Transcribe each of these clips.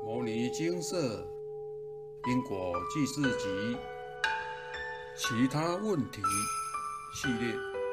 摩尼精舍因果记事集其他问题系列。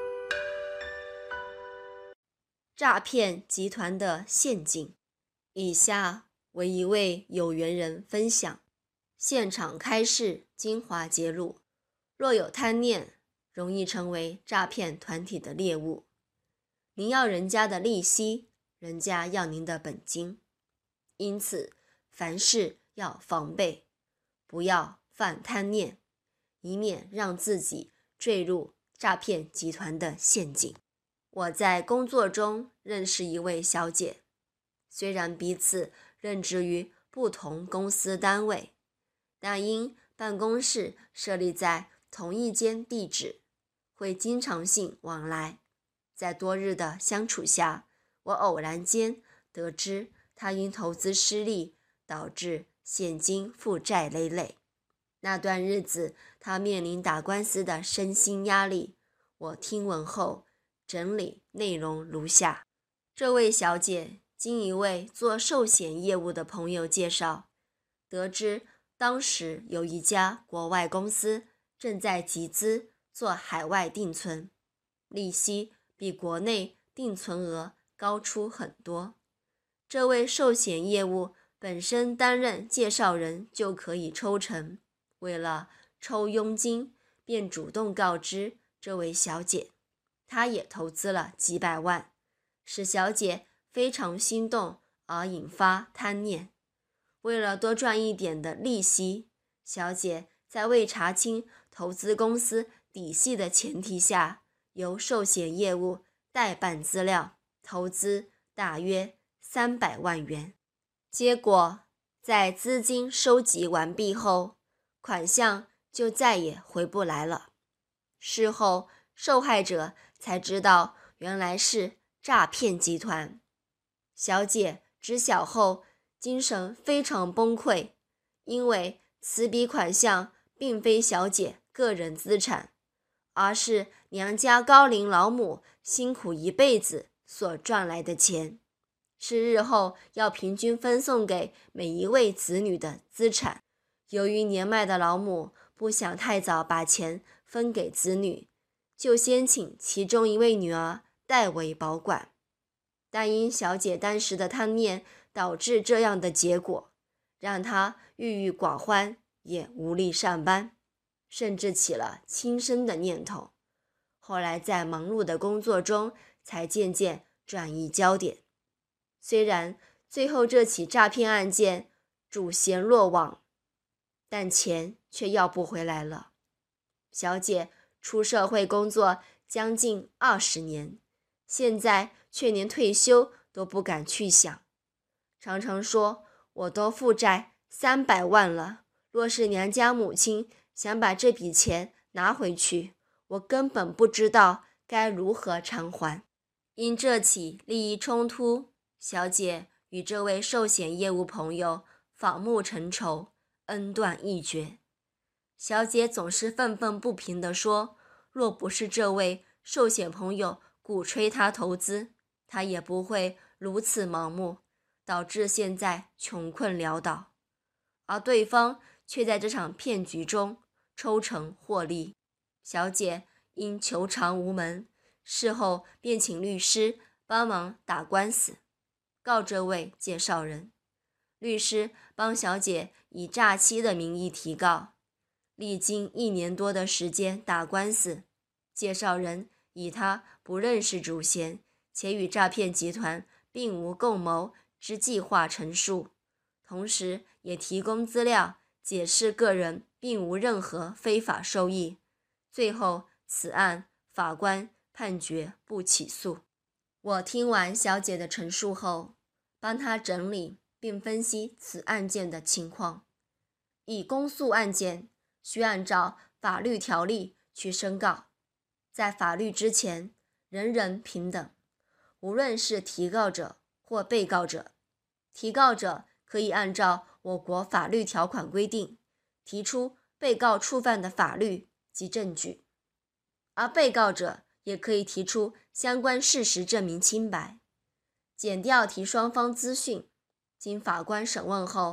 诈骗集团的陷阱。以下为一位有缘人分享，现场开示精华揭露，若有贪念，容易成为诈骗团体的猎物。您要人家的利息，人家要您的本金，因此凡事要防备，不要犯贪念，以免让自己坠入诈骗集团的陷阱。我在工作中认识一位小姐，虽然彼此任职于不同公司单位，但因办公室设立在同一间地址，会经常性往来。在多日的相处下，我偶然间得知她因投资失利，导致现金负债累累。那段日子，她面临打官司的身心压力。我听闻后，整理内容如下。这位小姐经一位做寿险业务的朋友介绍，得知当时有一家国外公司正在集资做海外定存，利息比国内定存额高出很多。这位寿险业务本身担任介绍人就可以抽成，为了抽佣金，便主动告知这位小姐，她也投资了几百万，使小姐非常心动，而引发贪念。为了多赚一点的利息，小姐在未查清投资公司底细的前提下，由寿险业务代办资料，投资大约300万元。结果在资金收集完毕后，款项就再也回不来了。事后受害者才知道原来是诈骗集团。小姐知晓后精神非常崩溃，因为此笔款项并非小姐个人资产，而是娘家高龄老母辛苦一辈子所赚来的钱，是日后要平均分送给每一位子女的资产。由于年迈的老母不想太早把钱分给子女，就先请其中一位女儿代为保管。但因小姐当时的贪念导致这样的结果，让她郁郁寡欢，也无力上班，甚至起了轻生的念头。后来在忙碌的工作中才渐渐转移焦点。虽然最后这起诈骗案件主嫌落网，但钱却要不回来了。小姐出社会工作将近20年，现在却连退休都不敢去想，常常说我都负债300万了，若是娘家母亲想把这笔钱拿回去，我根本不知道该如何偿还。因这起利益冲突，小姐与这位寿险业务朋友反目成仇，恩断义绝。小姐总是愤愤不平地说，若不是这位寿险朋友鼓吹她投资，她也不会如此盲目，导致现在穷困潦倒。而对方却在这场骗局中抽成获利。小姐因求偿无门，事后便请律师帮忙打官司，告这位介绍人。律师帮小姐以诈欺的名义提告，历经1年多的时间打官司，介绍人以他不认识主嫌，且与诈骗集团并无共谋之计划陈述，同时也提供资料解释个人并无任何非法收益。最后此案法官判决不起诉。我听完小姐的陈述后，帮她整理并分析此案件的情况。以公诉案件需按照法律条例去申告，在法律之前人人平等，无论是提告者或被告者。提告者可以按照我国法律条款规定，提出被告触犯的法律及证据，而被告者也可以提出相关事实证明清白。检调提双方资讯，经法官审问后，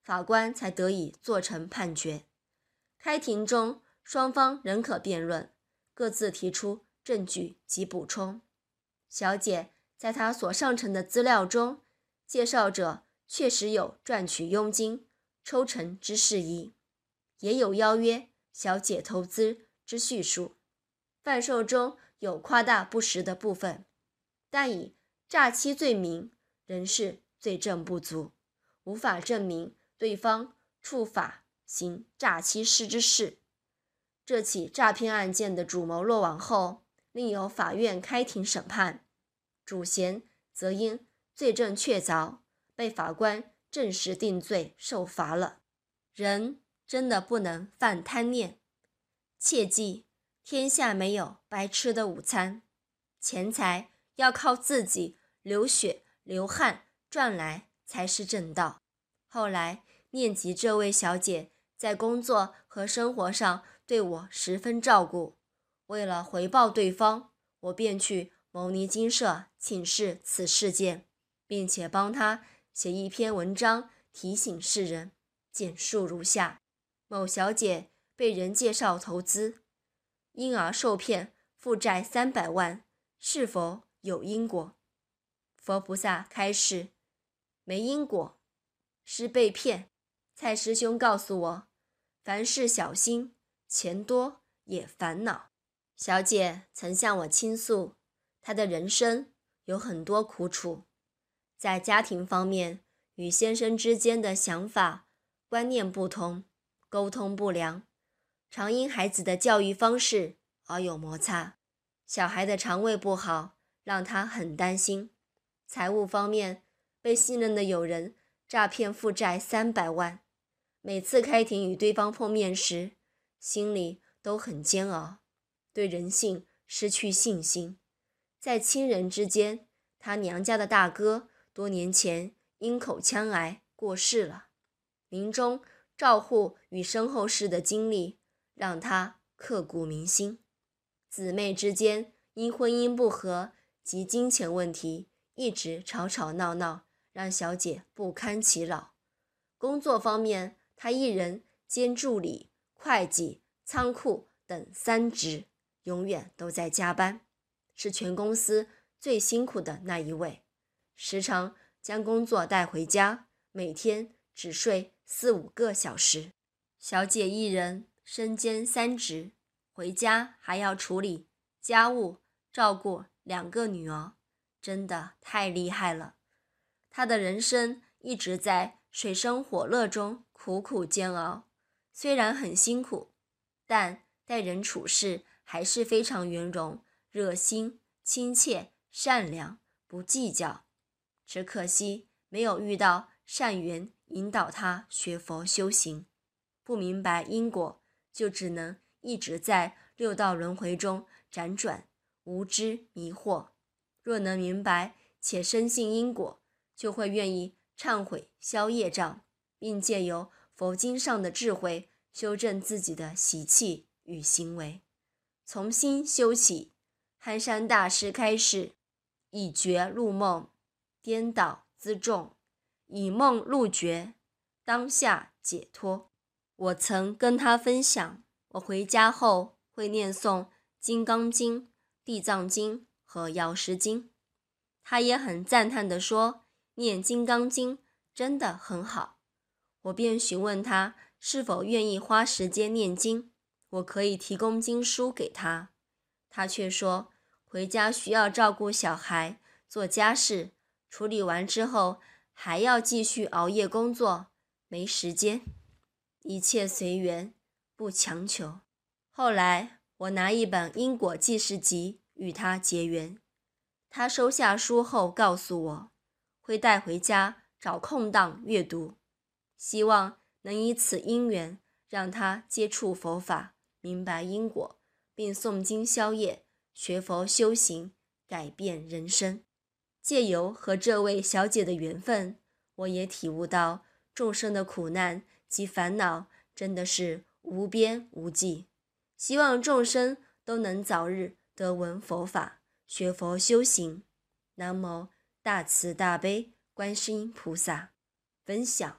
法官才得以做成判决。开庭中，双方仍可辩论，各自提出证据及补充。小姐在她所上呈的资料中，介绍者确实有赚取佣金、抽成之事宜，也有邀约小姐投资之叙述。贩售中有夸大不实的部分，但以诈欺罪名仍是罪证不足，无法证明对方触法行诈欺师之事。这起诈骗案件的主谋落网后，另有法院开庭审判，主嫌则因罪证确凿，被法官正式定罪受罚了。人真的不能犯贪念，切记天下没有白吃的午餐，钱财要靠自己流血流汗赚来才是正道。后来念及这位小姐在工作和生活上对我十分照顾，为了回报对方，我便去牟尼精舍请示此事件，并且帮她写一篇文章提醒世人。简述如下：某小姐被人介绍投资，因而受骗负债300万，是否有因果？佛菩萨开示：没因果，是被骗。蔡师兄告诉我，凡事小心，钱多也烦恼。小姐曾向我倾诉，她的人生有很多苦楚，在家庭方面与先生之间的想法观念不同，沟通不良，常因孩子的教育方式而有摩擦。小孩的肠胃不好，让他很担心。财务方面，被信任的友人诈骗负债300万，每次开庭与对方碰面时，心里都很煎熬，对人性失去信心。在亲人之间，他娘家的大哥多年前因口腔癌过世了，临终照护与身后事的经历让他刻骨铭心。姊妹之间因婚姻不和及金钱问题一直吵吵闹闹，让小姐不堪其扰。工作方面，她一人兼助理、会计、仓库等3职，永远都在加班，是全公司最辛苦的那一位，时常将工作带回家，每天只睡4-5个小时。小姐一人身兼3职，回家还要处理家务，照顾2个女儿，真的太厉害了。她的人生一直在水深火热中苦苦煎熬，虽然很辛苦，但待人处事还是非常圆融、热心、亲切、善良，不计较。只可惜没有遇到善缘引导她学佛修行，不明白因果，就只能一直在6道轮回中辗转，无知迷惑。若能明白且深信因果，就会愿意忏悔消业障，并借由佛经上的智慧修正自己的习气与行为，从心修起。憨山大师开示：以觉入梦，颠倒辎重，以梦入觉，当下解脱。我曾跟他分享，我回家后会念诵《金刚经》、《地藏经》和《药师经》。他也很赞叹地说，念《金刚经》真的很好。我便询问他是否愿意花时间念经，我可以提供经书给他。他却说，回家需要照顾小孩，做家事，处理完之后还要继续熬夜工作，没时间。一切随缘，不强求。后来我拿一本因果记事集与他结缘，他收下书后告诉我，会带回家找空档阅读，希望能以此因缘让他接触佛法，明白因果，并诵经消业，学佛修行，改变人生。借由和这位小姐的缘分，我也体悟到众生的苦难及烦恼真的是无边无际，希望众生都能早日得闻佛法，学佛修行。南无大慈大悲观世音菩萨。分享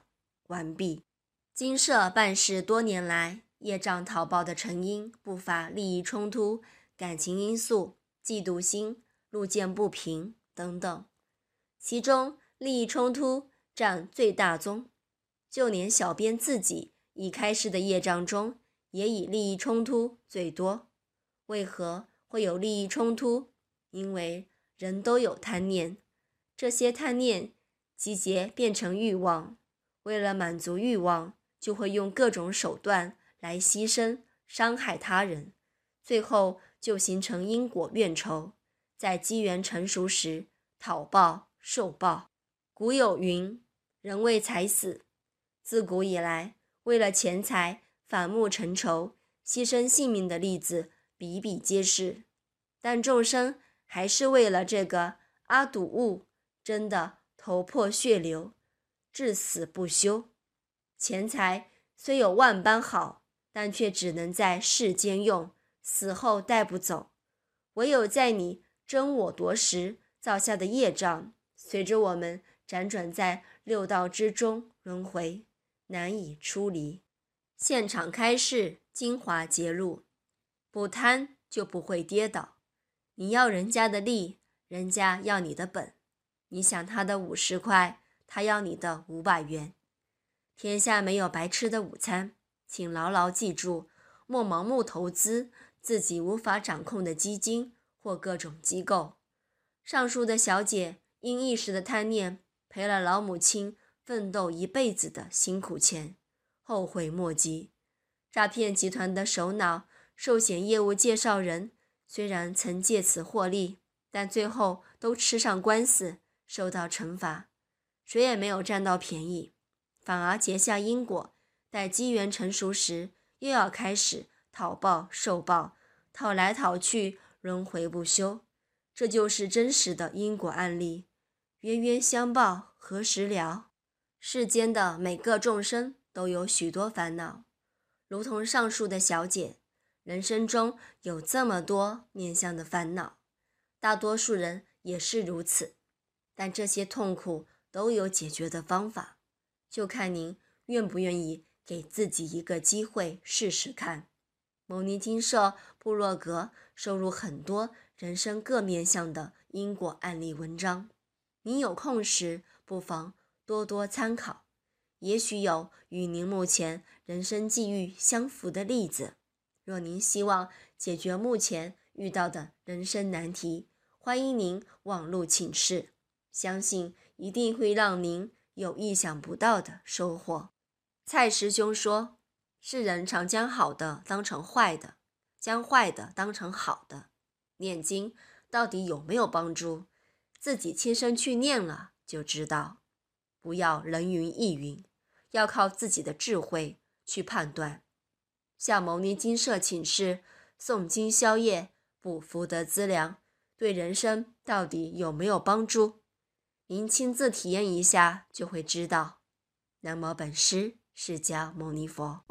完毕。精舍办事多年来，业障讨报的成因不乏利益冲突、感情因素、嫉妒心、路见不平等等，其中利益冲突占最大宗。就连小编自己已开示的业障中，也以利益冲突最多。为何会有利益冲突？因为人都有贪念，这些贪念集结变成欲望，为了满足欲望，就会用各种手段来牺牲、伤害他人，最后就形成因果怨仇，在机缘成熟时讨报受报。古有云：人为财死。自古以来，为了钱财反目成仇、牺牲性命的例子比比皆是，但众生还是为了这个阿堵物真的头破血流，至死不休。钱财虽有万般好，但却只能在世间用，死后带不走。唯有在你争我夺时造下的业障，随着我们辗转在六道之中轮回，难以出离。现场开示精华节录：不贪就不会跌倒。你要人家的利，人家要你的本。你想他的50块，他要你的500元。天下没有白吃的午餐，请牢牢记住，莫盲目投资自己无法掌控的基金或各种机构。上述的小姐因一时的贪念，赔了老母亲奋斗一辈子的辛苦钱，后悔莫及。诈骗集团的首脑寿险业务介绍人虽然曾借此获利，但最后都吃上官司，受到惩罚，谁也没有占到便宜，反而结下因果，待机缘成熟时，又要开始讨报受报，讨来讨去，轮回不休。这就是真实的因果案例，冤冤相报何时了？世间的每个众生都有许多烦恼，如同上述的小姐，人生中有这么多面向的烦恼，大多数人也是如此，但这些痛苦都有解决的方法，就看您愿不愿意给自己一个机会试试看。牟尼精舍部落格收录很多人生各面向的因果案例文章，您有空时不妨多多参考，也许有与您目前人生际遇相符的例子。若您希望解决目前遇到的人生难题，欢迎您网络请示，相信一定会让您有意想不到的收获。蔡师兄说，世人常将好的当成坏的，将坏的当成好的。念经到底有没有帮助，自己亲身去念了就知道。不要人云亦云，要靠自己的智慧去判断。向牟尼精舍请示，诵经消业，补福德资粮，对人生到底有没有帮助？您亲自体验一下就会知道。南无本师释迦牟尼佛。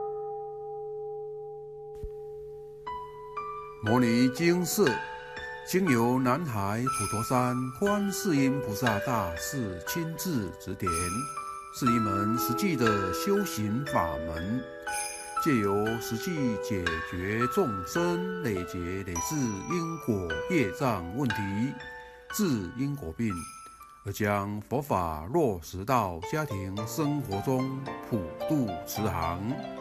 牟尼精舍经由南海普陀山观世音菩萨大士亲自指点，是一门实际的修行法门，借由实际解决众生累劫累世因果业障问题，治因果病，而将佛法落实到家庭生活中，普度慈航。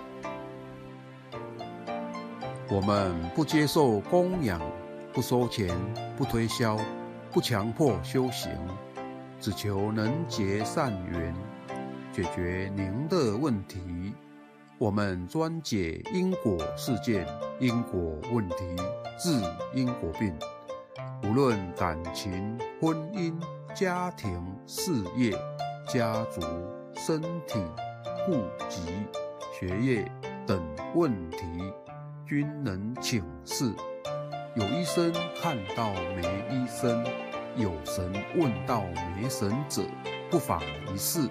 我们不接受供养，不收钱，不推销，不强迫修行，只求能结善缘，解决您的问题。我们专解因果事件、因果问题，治因果病。无论感情、婚姻、家庭、事业、家族、身体、户籍、学业等问题，均能请示。有医生看到没医生，有神问到没神者，不妨一试。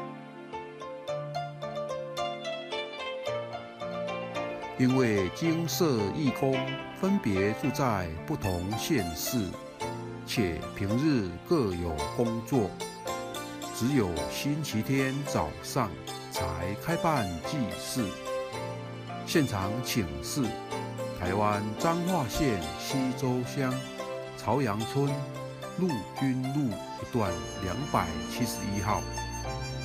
因为精舍义工分别住在不同县市，且平日各有工作， 只有星期天早上才开办祭祀。现场请示台湾彰化县溪州乡朝阳村陆军路一段271号。